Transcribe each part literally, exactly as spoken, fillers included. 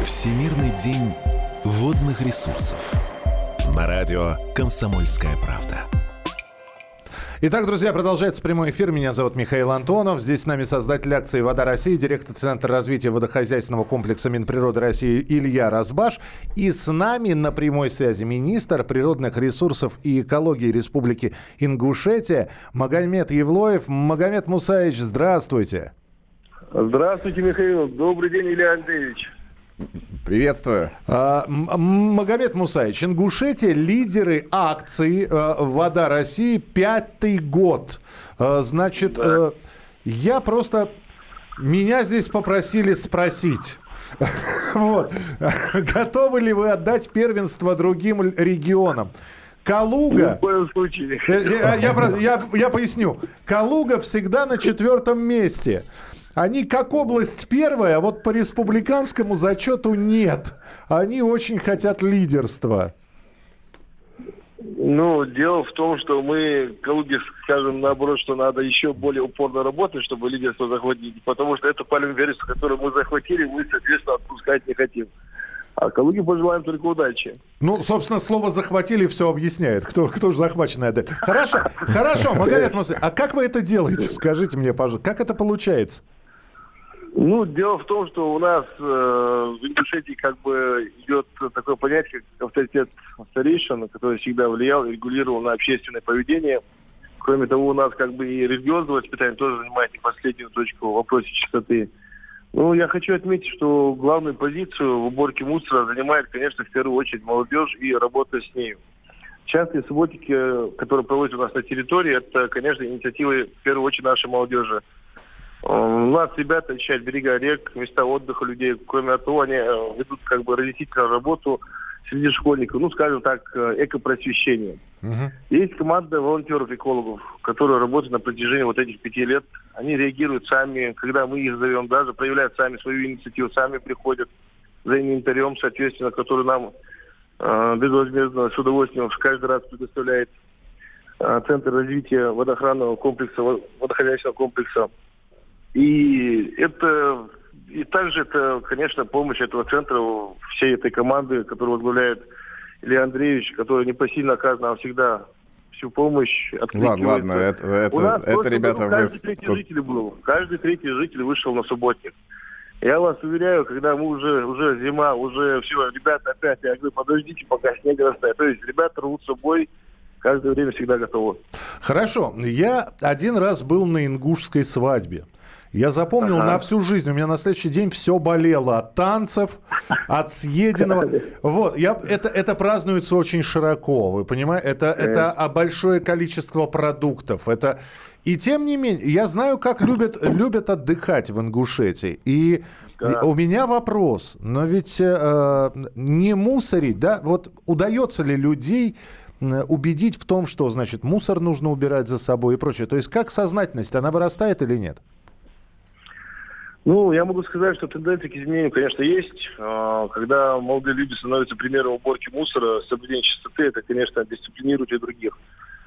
Всемирный день водных ресурсов. На радио «Комсомольская правда». Итак, друзья, продолжается прямой эфир. Меня зовут Михаил Антонов. Здесь с нами создатель акции «Вода России», директор Центра развития водохозяйственного комплекса Минприроды России Илья Разбаш. И с нами на прямой связи министр природных ресурсов и экологии Республики Ингушетия Магомед Евлоев. Магомед Мусаевич, здравствуйте. Здравствуйте, Михаил. Добрый день, Илья Андреевич. Приветствую. А, Магомед Мусаевич, Ингушетия — лидеры акции «Вода России» пятый год. А, значит, да. я просто... Меня здесь попросили спросить. Вот. Готовы ли вы отдать первенство другим регионам? Калуга... В коем случае. Я, я, я, я поясню. Калуга всегда на четвертом месте. Они как область первая, а вот по республиканскому зачету нет. Они очень хотят лидерства. Ну, дело в том, что мы Калуге скажем наоборот, что надо еще более упорно работать, чтобы лидерство захватить. Потому что это пальмовое, которое мы захватили, мы, соответственно, отпускать не хотим. А Калуге пожелаем только удачи. Ну, собственно, слово «захватили» все объясняет. Кто, кто же захваченный отдает. Хорошо, хорошо, Магомед Мусаевич, а как вы это делаете? Скажите мне, пожалуйста, как это получается? Ну, дело в том, что у нас э, в Ингушетии как бы идет такое понятие, как авторитет старейшин, который всегда влиял и регулировал на общественное поведение. Кроме того, у нас как бы и религиозное воспитание тоже занимает не последнюю точку в вопросе чистоты. Ну, я хочу отметить, что главную позицию в уборке мусора занимает, конечно, в первую очередь молодежь и работа с нею. Частые субботники, которые проводятся у нас на территории, это, конечно, инициативы в первую очередь нашей молодежи. У нас ребята очищают берега рек, места отдыха людей. Кроме того, они ведут как бы разъяснительную работу среди школьников, ну, скажем так, экопросвещение. Uh-huh. Есть команда волонтеров-экологов, которые работают на протяжении вот этих пяти лет. Они реагируют сами, когда мы их зовем, даже проявляют сами свою инициативу, сами приходят за инвентарем, соответственно, который нам э, безвозмездно, с удовольствием каждый раз предоставляет э, Центр развития водоохранного комплекса, водохозяйственного комплекса. И это, и также это, конечно, помощь этого центра, всей этой команды, которую возглавляет Илья Андреевич, который непосильно оказан, а всегда всю помощь откликивается. Ладно, ладно, это, это, У нас это ребята... Году, каждый третий тут... житель был, каждый третий житель вышел на субботник. Я вас уверяю, когда мы уже, уже зима, уже все, ребята опять, я говорю, подождите, пока снег растает. То есть ребята рвут с собой, каждое время всегда готовы. Хорошо, я один раз был на ингушской свадьбе. Я запомнил ага. на всю жизнь. У меня на следующий день все болело от танцев, от съеденного. Вот, я, это, это празднуется очень широко, вы понимаете? Это, это большое количество продуктов. Это... И тем не менее, я знаю, как любят, любят отдыхать в Ингушетии. И да. у меня вопрос. Но ведь э, не мусорить, да? Вот удается ли людей убедить в том, что, значит, мусор нужно убирать за собой и прочее? То есть как сознательность, она вырастает или нет? Ну, я могу сказать, что тенденции к изменению, конечно, есть. Когда молодые люди становятся примером уборки мусора, соблюдения чистоты, это, конечно, дисциплинирует и других.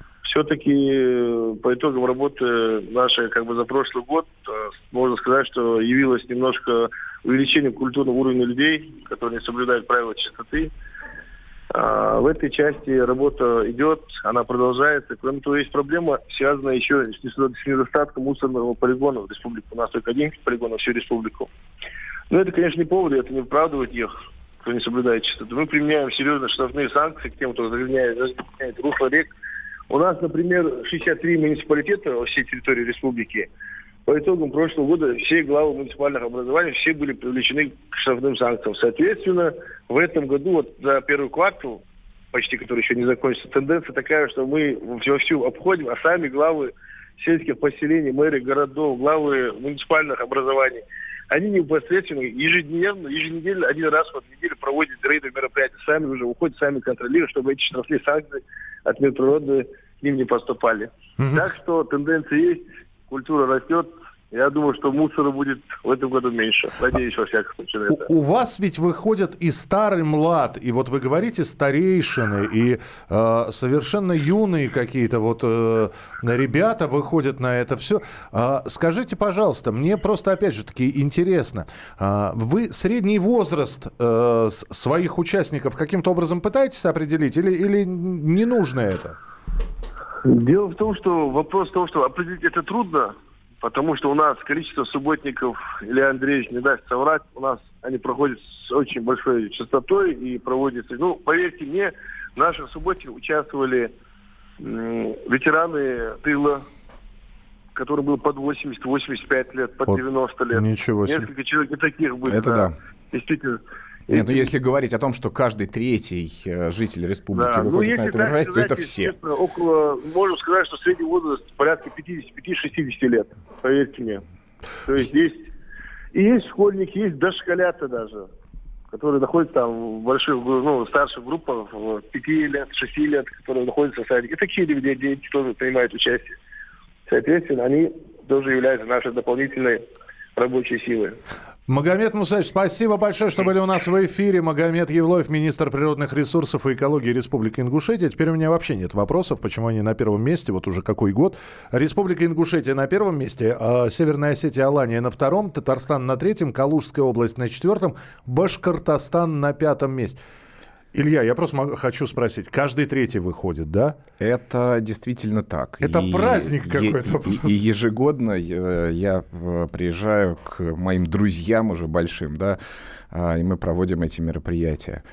Все-таки по итогам работы нашей, как бы, за прошлый год, можно сказать, что явилось немножко увеличение культурного уровня людей, которые не соблюдают правила чистоты. В этой части работа идет, она продолжается. Кроме того, есть проблема, связанная еще с недостатком мусорного полигона в республике. У нас только один полигон на всю республику. Но это, конечно, не повод, это не оправдывает тех, кто не соблюдает чистоту. Мы применяем серьезные штрафные санкции к тем, кто загрязняет, загрязняет русло рек. У нас, например, шестьдесят три муниципалитета во всей территории республики. По итогам прошлого года все главы муниципальных образований все были привлечены к штрафным санкциям. Соответственно, в этом году, вот за первый квартал, почти который еще не закончится, тенденция такая, что мы вовсю обходим, а сами главы сельских поселений, мэры городов, главы муниципальных образований, они непосредственно ежедневно, еженедельно, один раз в неделю проводят рейдовые мероприятия. Сами уже уходят, сами контролируют, чтобы эти штрафные санкции от Минприроды к ним не поступали. Угу. Так что тенденция есть. Культура растет, Я думаю, что мусора будет в этом году меньше. Надеюсь, во всяком случае, на это. У, у вас ведь выходят и старый млад, и вот вы говорите старейшины, и э, совершенно юные какие-то вот э, ребята выходят на это все. Э, скажите, пожалуйста, мне просто опять же таки интересно, э, вы средний возраст э, своих участников каким-то образом пытаетесь определить или, или не нужно это? Дело в том, что вопрос в том, что определить это трудно. Потому что у нас количество субботников, Илья Андреевич не даст соврать, у нас они проходят с очень большой частотой и проводятся. Ну, поверьте мне, в наших субботниках участвовали м- ветераны тыла, которым было под восемьдесят восемьдесят пять лет, под вот девяносто лет. Ничего себе. Несколько человек и таких были. Это да. да. Действительно. Нет, ну если говорить о том, что каждый третий житель республики да. выходит ну, на это мероприятие, то это все. Около, можем сказать, что средний возраст порядка пятьдесят пять - шестьдесят лет, поверьте мне. То есть есть и есть школьники, есть дошколята даже, которые находятся там в больших, ну, старших группах, пяти лет, шести лет, которые находятся в садике. И такие дети тоже принимают участие. Соответственно, они тоже являются нашей дополнительной рабочей силой. Магомед Мусаевич, спасибо большое, что были у нас в эфире. Магомед Евлоев, министр природных ресурсов и экологии Республики Ингушетия. Теперь у меня вообще нет вопросов, почему они на первом месте, вот уже какой год. Республика Ингушетия на первом месте, Северная Осетия, Алания на втором, Татарстан на третьем, Калужская область на четвертом, Башкортостан на пятом месте. Илья, я просто хочу спросить, каждый третий выходит, да? Это действительно так. Это и, праздник какой-то. И, и ежегодно я приезжаю к моим друзьям уже большим, да, и мы проводим эти мероприятия.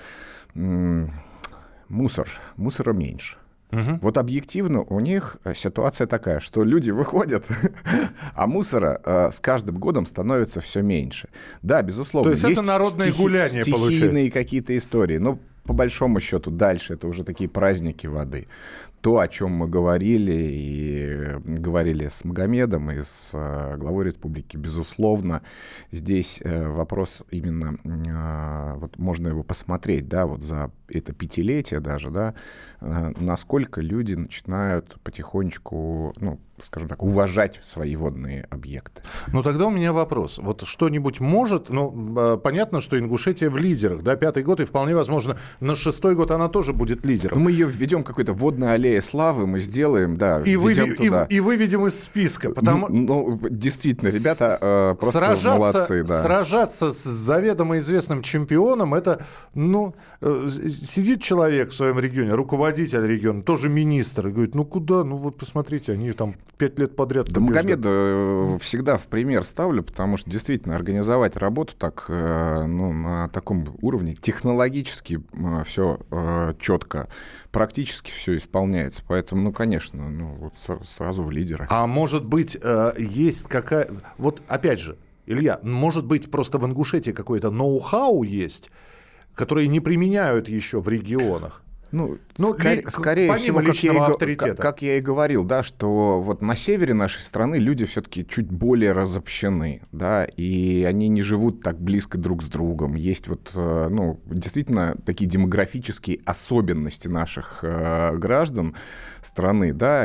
Мусор. Мусора меньше. Угу. Вот объективно у них ситуация такая, что люди выходят, а мусора э, с каждым годом становится все меньше. Да, безусловно. То есть, есть это народное стихи, гуляние, стихийные получается. Какие-то истории. Но по большому счету дальше это уже такие праздники воды. То, о чем мы говорили, и говорили с Магомедом и с э, главой республики, безусловно, здесь э, вопрос именно, э, вот можно его посмотреть, да, вот за это пятилетие даже, да, э, насколько люди начинают потихонечку, ну, скажем так, уважать свои водные объекты. Ну, тогда у меня вопрос. Вот что-нибудь может... Ну, понятно, что Ингушетия в лидерах, да, пятый год, и вполне возможно, на шестой год она тоже будет лидером. Ну, мы ее введем, какой-то водной аллея славы, мы сделаем, да, и, выви- и, и выведем из списка, потому... Ну, ну действительно, ребята с- э, просто сражаться, молодцы, да. Сражаться с заведомо известным чемпионом, это, ну, э, сидит человек в своем регионе, руководитель региона, тоже министр, и говорит, ну, куда? Ну, вот посмотрите, они там пять лет подряд... Да Магомеда всегда в пример ставлю, потому что действительно организовать работу так, ну, на таком уровне, технологически все четко, практически все исполняется. Поэтому, ну, конечно, ну, вот сразу в лидеры. А может быть, есть какая... Вот опять же, Илья, может быть, просто в Ингушетии какое-то ноу-хау есть, которое не применяют еще в регионах? Ну, ну скорее, ли, скорее всего, как я, авторитета. Как, как я и говорил, да, что вот на севере нашей страны люди все-таки чуть более разобщены, да, и они не живут так близко друг с другом. Есть вот, ну, действительно такие демографические особенности наших э, граждан страны, да,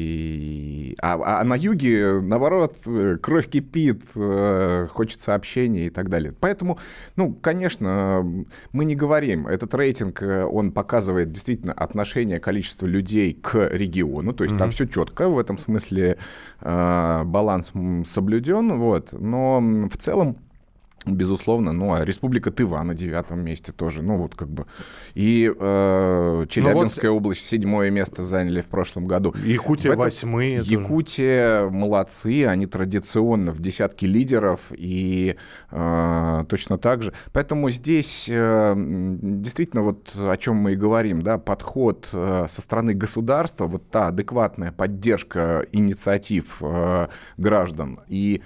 и... А, а на юге, наоборот, кровь кипит, э, хочется общения и так далее. Поэтому, ну, конечно, мы не говорим, этот рейтинг, он показывает действительно отношение количества людей к региону, то есть mm-hmm. там все четко, в этом смысле э, баланс соблюден, вот, но в целом, безусловно, ну, а Республика Тыва на девятом месте тоже, ну, вот как бы, и э, Челябинская вот... область седьмое место заняли в прошлом году. Якутия этом... восьмые. Якутия тоже. Молодцы, они традиционно в десятке лидеров, и э, точно так же. Поэтому здесь э, действительно вот о чем мы и говорим, да, подход э, со стороны государства, вот та адекватная поддержка инициатив э, граждан, и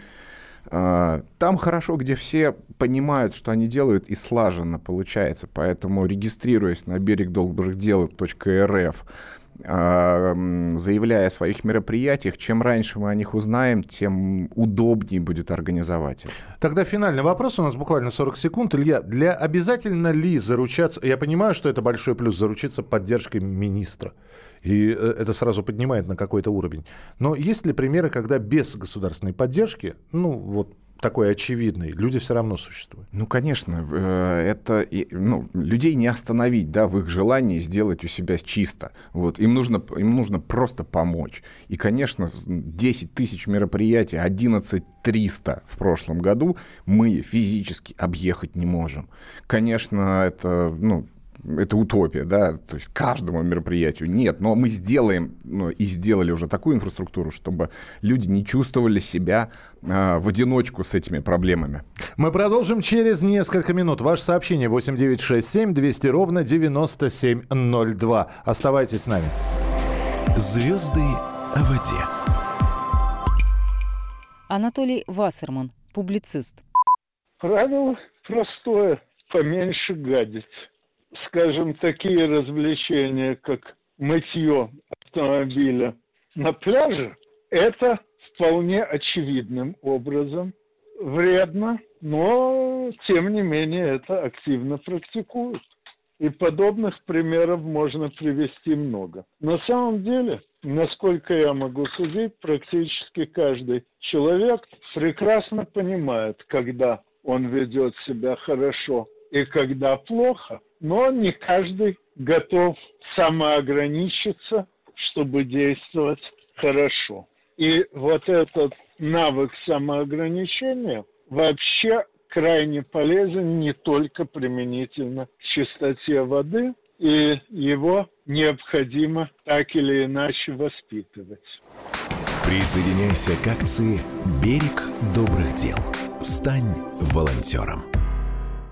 там хорошо, где все понимают, что они делают, и слаженно получается. Поэтому, регистрируясь на берег добрых дел точка эр эф, заявляя о своих мероприятиях, чем раньше мы о них узнаем, тем удобнее будет организовать это. Тогда финальный вопрос, у нас буквально сорок секунд. Илья, для обязательно ли заручаться, я понимаю, что это большой плюс, заручиться поддержкой министра, и это сразу поднимает на какой-то уровень, но есть ли примеры, когда без государственной поддержки, ну вот, такой очевидный, люди все равно существуют? Ну, конечно, это, ну, людей не остановить, да, в их желании сделать у себя чисто. Вот, им нужно, им нужно просто помочь. И, конечно, десять тысяч мероприятий, одиннадцать тысяч триста в прошлом году мы физически объехать не можем. Конечно, это, ну, это утопия, да, то есть каждому мероприятию нет, но мы сделаем, ну, и сделали уже такую инфраструктуру, чтобы люди не чувствовали себя э, в одиночку с этими проблемами. Мы продолжим через несколько минут. Ваше сообщение восемь девятьсот шестьдесят семь двести ровно девяносто семь ноль два. Оставайтесь с нами. Звезды о воде. Анатолий Вассерман, публицист. Правило простое: поменьше гадить. Скажем, такие развлечения, как мытье автомобиля на пляже, это вполне очевидным образом вредно, но, тем не менее, это активно практикуют. И подобных примеров можно привести много. На самом деле, насколько я могу судить, практически каждый человек прекрасно понимает, когда он ведет себя хорошо и когда плохо, но не каждый готов самоограничиться, чтобы действовать хорошо. И вот этот навык самоограничения вообще крайне полезен не только применительно к чистоте воды, и его необходимо так или иначе воспитывать. Присоединяйся к акции «Берег добрых дел». Стань волонтером.